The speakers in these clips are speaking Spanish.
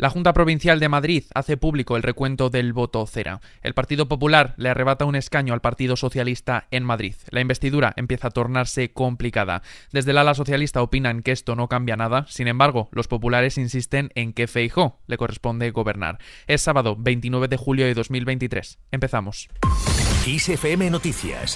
La Junta Provincial de Madrid hace público el recuento del voto cera. El Partido Popular le arrebata un escaño al Partido Socialista en Madrid. La investidura empieza a tornarse complicada. Desde el ala socialista opinan que esto no cambia nada. Sin embargo, los populares insisten en que Feijóo le corresponde gobernar. Es sábado 29 de julio de 2023. Empezamos. XFM Noticias.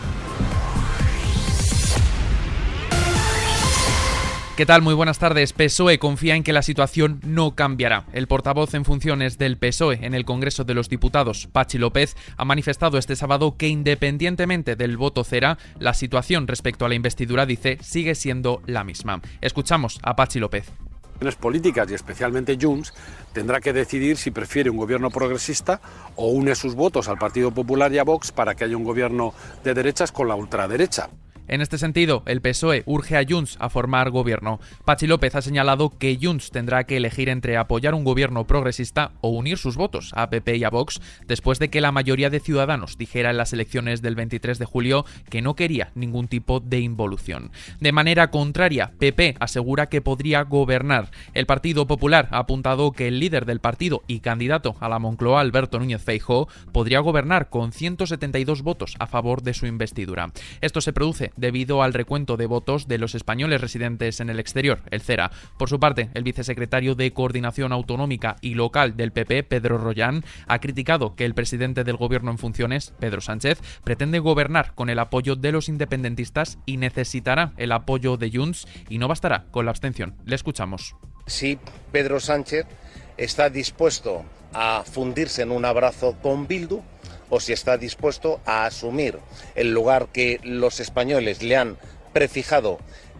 ¿Qué tal? Muy buenas tardes. PSOE confía en que la situación no cambiará. El portavoz en funciones del PSOE en el Congreso de los Diputados, Patxi López, ha manifestado este sábado que independientemente del voto cera, la situación respecto a la investidura, dice, sigue siendo la misma. Escuchamos a Patxi López. Políticas y especialmente Junts tendrá que decidir si prefiere un gobierno progresista o une sus votos al Partido Popular y a Vox para que haya un gobierno de derechas con la ultraderecha. En este sentido, el PSOE urge a Junts a formar gobierno. Patxi López ha señalado que Junts tendrá que elegir entre apoyar un gobierno progresista o unir sus votos a PP y a Vox, después de que la mayoría de Ciudadanos dijera en las elecciones del 23 de julio que no quería ningún tipo de involución. De manera contraria, PP asegura que podría gobernar. El Partido Popular ha apuntado que el líder del partido y candidato a la Moncloa, Alberto Núñez Feijóo, podría gobernar con 172 votos a favor de su investidura. Esto se produce debido al recuento de votos de los españoles residentes en el exterior, el CERA. Por su parte, el vicesecretario de Coordinación Autonómica y Local del PP, Pedro Rollán, ha criticado que el presidente del gobierno en funciones, Pedro Sánchez, pretende gobernar con el apoyo de los independentistas y necesitará el apoyo de Junts y no bastará con la abstención. Le escuchamos. Si Pedro Sánchez está dispuesto a fundirse en un abrazo con Bildu, o si está dispuesto a asumir el lugar que los españoles le han prefijado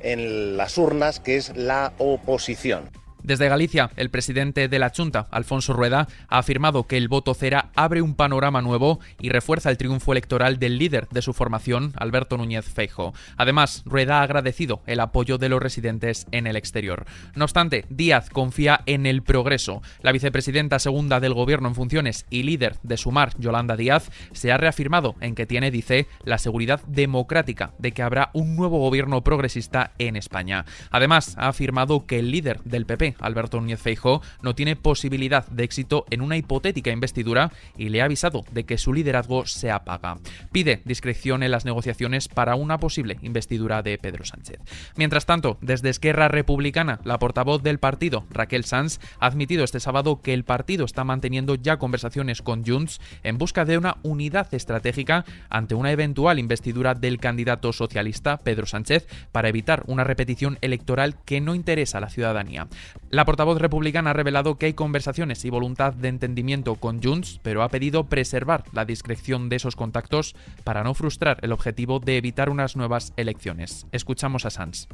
en las urnas, que es la oposición. Desde Galicia, el presidente de la Xunta, Alfonso Rueda, ha afirmado que el voto cera abre un panorama nuevo y refuerza el triunfo electoral del líder de su formación, Alberto Núñez Feijóo. Además, Rueda ha agradecido el apoyo de los residentes en el exterior. No obstante, Díaz confía en el progreso. La vicepresidenta segunda del gobierno en funciones y líder de Sumar, Yolanda Díaz, se ha reafirmado en que tiene, dice, la seguridad democrática de que habrá un nuevo gobierno progresista en España. Además, ha afirmado que el líder del PP, Alberto Núñez Feijóo, no tiene posibilidad de éxito en una hipotética investidura y le ha avisado de que su liderazgo se apaga. Pide discreción en las negociaciones para una posible investidura de Pedro Sánchez. Mientras tanto, desde Esquerra Republicana, la portavoz del partido, Raquel Sans, ha admitido este sábado que el partido está manteniendo ya conversaciones con Junts en busca de una unidad estratégica ante una eventual investidura del candidato socialista, Pedro Sánchez, para evitar una repetición electoral que no interesa a la ciudadanía. La portavoz republicana ha revelado que hay conversaciones y voluntad de entendimiento con Junts, pero ha pedido preservar la discreción de esos contactos para no frustrar el objetivo de evitar unas nuevas elecciones. Escuchamos a Sans.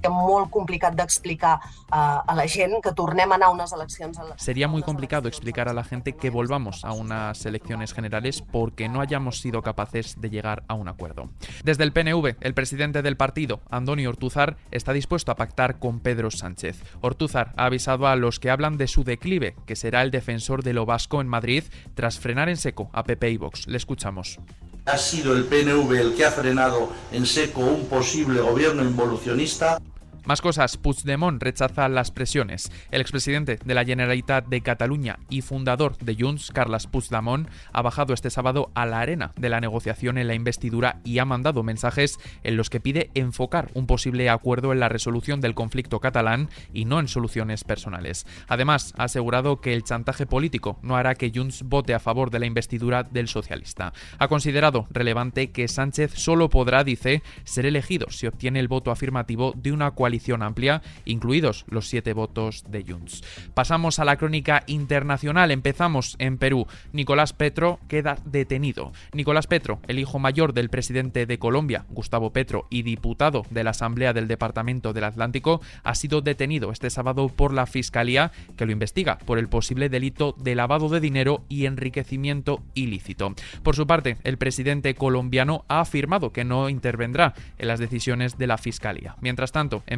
Sería muy complicado explicar a la gente que volvamos a unas elecciones generales porque no hayamos sido capaces de llegar a un acuerdo. Desde el PNV, el presidente del partido, Andoni Ortuzar, está dispuesto a pactar con Pedro Sánchez. Ortuzar ha avisado a los que hablan de su declive, que será el defensor de lo vasco en Madrid, tras frenar en seco a PP y Vox. Le escuchamos. Ha sido el PNV el que ha frenado en seco un posible gobierno involucionista. Más cosas, Puigdemont rechaza las presiones. El expresidente de la Generalitat de Cataluña y fundador de Junts, Carles Puigdemont, ha bajado este sábado a la arena de la negociación en la investidura y ha mandado mensajes en los que pide enfocar un posible acuerdo en la resolución del conflicto catalán y no en soluciones personales. Además, ha asegurado que el chantaje político no hará que Junts vote a favor de la investidura del socialista. Ha considerado relevante que Sánchez solo podrá, dice, ser elegido si obtiene el voto afirmativo de una coalición amplia, incluidos los 7 votos de Junts. Pasamos a la crónica internacional. Empezamos en Perú. Nicolás Petro queda detenido. Nicolás Petro, el hijo mayor del presidente de Colombia, Gustavo Petro, y diputado de la Asamblea del Departamento del Atlántico, ha sido detenido este sábado por la Fiscalía, que lo investiga por el posible delito de lavado de dinero y enriquecimiento ilícito. Por su parte, el presidente colombiano ha afirmado que no intervendrá en las decisiones de la Fiscalía. Mientras tanto, en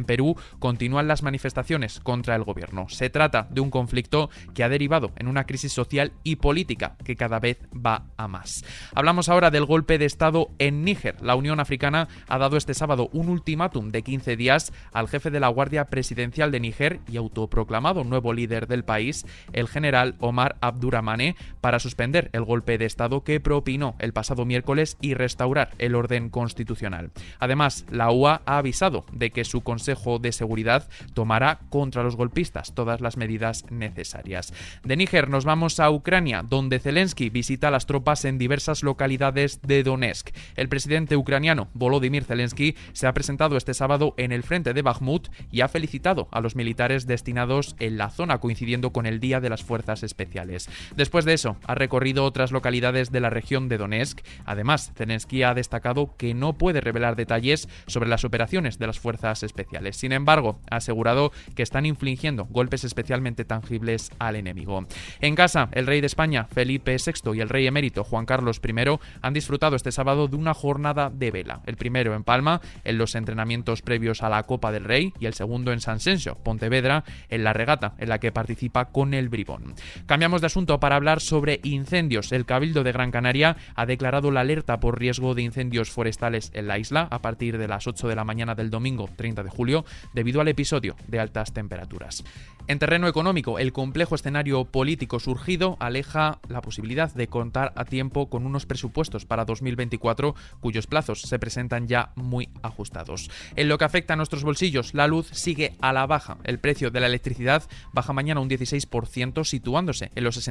en Perú continúan las manifestaciones contra el gobierno. Se trata de un conflicto que ha derivado en una crisis social y política que cada vez va a más. Hablamos ahora del golpe de Estado en Níger. La Unión Africana ha dado este sábado un ultimátum de 15 días al jefe de la Guardia Presidencial de Níger y autoproclamado nuevo líder del país, el general Omar Abdurrahmane, para suspender el golpe de Estado que propinó el pasado miércoles y restaurar el orden constitucional. Además, la UA ha avisado de que su Consejo de Seguridad tomará contra los golpistas todas las medidas necesarias. De Níger nos vamos a Ucrania, donde Zelensky visita a las tropas en diversas localidades de Donetsk. El presidente ucraniano Volodymyr Zelensky se ha presentado este sábado en el frente de Bakhmut y ha felicitado a los militares destinados en la zona, coincidiendo con el Día de las Fuerzas Especiales. Después de eso, ha recorrido otras localidades de la región de Donetsk. Además, Zelensky ha destacado que no puede revelar detalles sobre las operaciones de las fuerzas especiales. Sin embargo, ha asegurado que están infligiendo golpes especialmente tangibles al enemigo. En casa, el rey de España, Felipe VI, y el rey emérito, Juan Carlos I, han disfrutado este sábado de una jornada de vela. El primero en Palma, en los entrenamientos previos a la Copa del Rey, y el segundo en Sanxenxo, Pontevedra, en la regata en la que participa con el Bribón. Cambiamos de asunto para hablar sobre incendios. El Cabildo de Gran Canaria ha declarado la alerta por riesgo de incendios forestales en la isla a partir de las 8 de la mañana del domingo 30 de julio, debido al episodio de altas temperaturas. En terreno económico, el complejo escenario político surgido aleja la posibilidad de contar a tiempo con unos presupuestos para 2024 cuyos plazos se presentan ya muy ajustados. En lo que afecta a nuestros bolsillos, la luz sigue a la baja. El precio de la electricidad baja mañana un 16%, situándose en los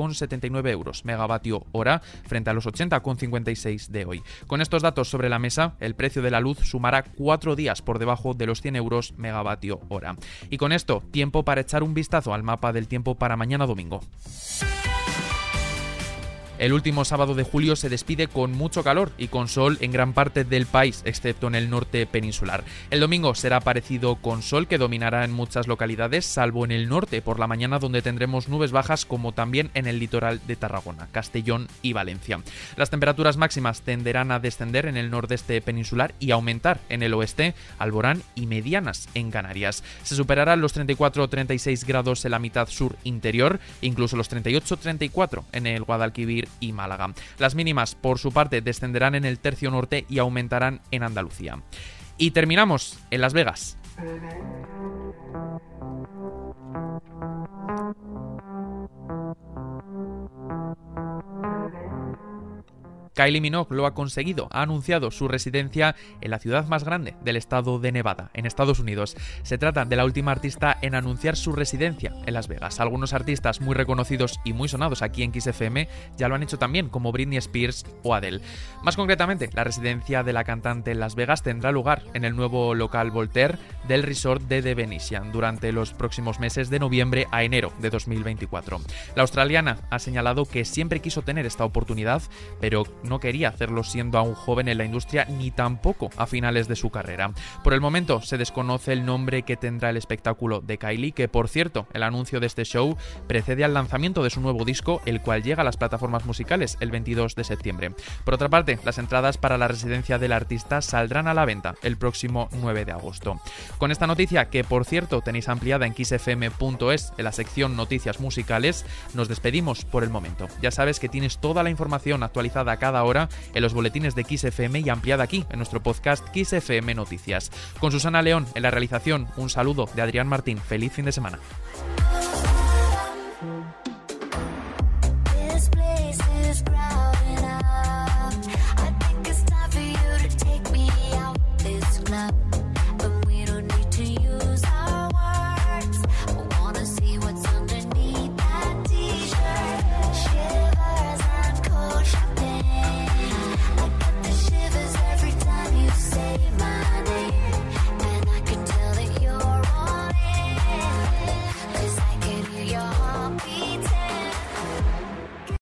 67,79 euros megavatio hora frente a los 80,56 de hoy. Con estos datos sobre la mesa, el precio de la luz sumará 4 días por debajo de los 100 euros megavatio hora. Y con esto, tiempo para echar un vistazo al mapa del tiempo para mañana domingo. El último sábado de julio se despide con mucho calor y con sol en gran parte del país, excepto en el norte peninsular. El domingo será parecido, con sol que dominará en muchas localidades, salvo en el norte por la mañana, donde tendremos nubes bajas, como también en el litoral de Tarragona, Castellón y Valencia. Las temperaturas máximas tenderán a descender en el nordeste peninsular y aumentar en el oeste, Alborán y medianas en Canarias. Se superarán los 34 o 36 grados en la mitad sur interior, incluso los 38-34 en el Guadalquivir y Málaga. Las mínimas, por su parte, descenderán en el tercio norte y aumentarán en Andalucía. Y terminamos en Las Vegas. Kylie Minogue lo ha conseguido, ha anunciado su residencia en la ciudad más grande del estado de Nevada, en Estados Unidos. Se trata de la última artista en anunciar su residencia en Las Vegas. Algunos artistas muy reconocidos y muy sonados aquí en Kiss FM ya lo han hecho también, como Britney Spears o Adele. Más concretamente, la residencia de la cantante en Las Vegas tendrá lugar en el nuevo local Voltaire del resort de The Venetian durante los próximos meses de noviembre a enero de 2024. La australiana ha señalado que siempre quiso tener esta oportunidad, pero no quería hacerlo siendo aún joven en la industria, ni tampoco a finales de su carrera. Por el momento se desconoce el nombre que tendrá el espectáculo de Kylie, que por cierto, el anuncio de este show precede al lanzamiento de su nuevo disco, el cual llega a las plataformas musicales el 22 de septiembre. Por otra parte, las entradas para la residencia del artista saldrán a la venta el próximo 9 de agosto. Con esta noticia, que por cierto tenéis ampliada en kissfm.es en la sección Noticias Musicales, nos despedimos por el momento. Ya sabes que tienes toda la información actualizada cada hora en los boletines de Kiss FM y ampliada aquí en nuestro podcast Kiss FM Noticias. Con Susana León en la realización, un saludo de Adrián Martín. Feliz fin de semana.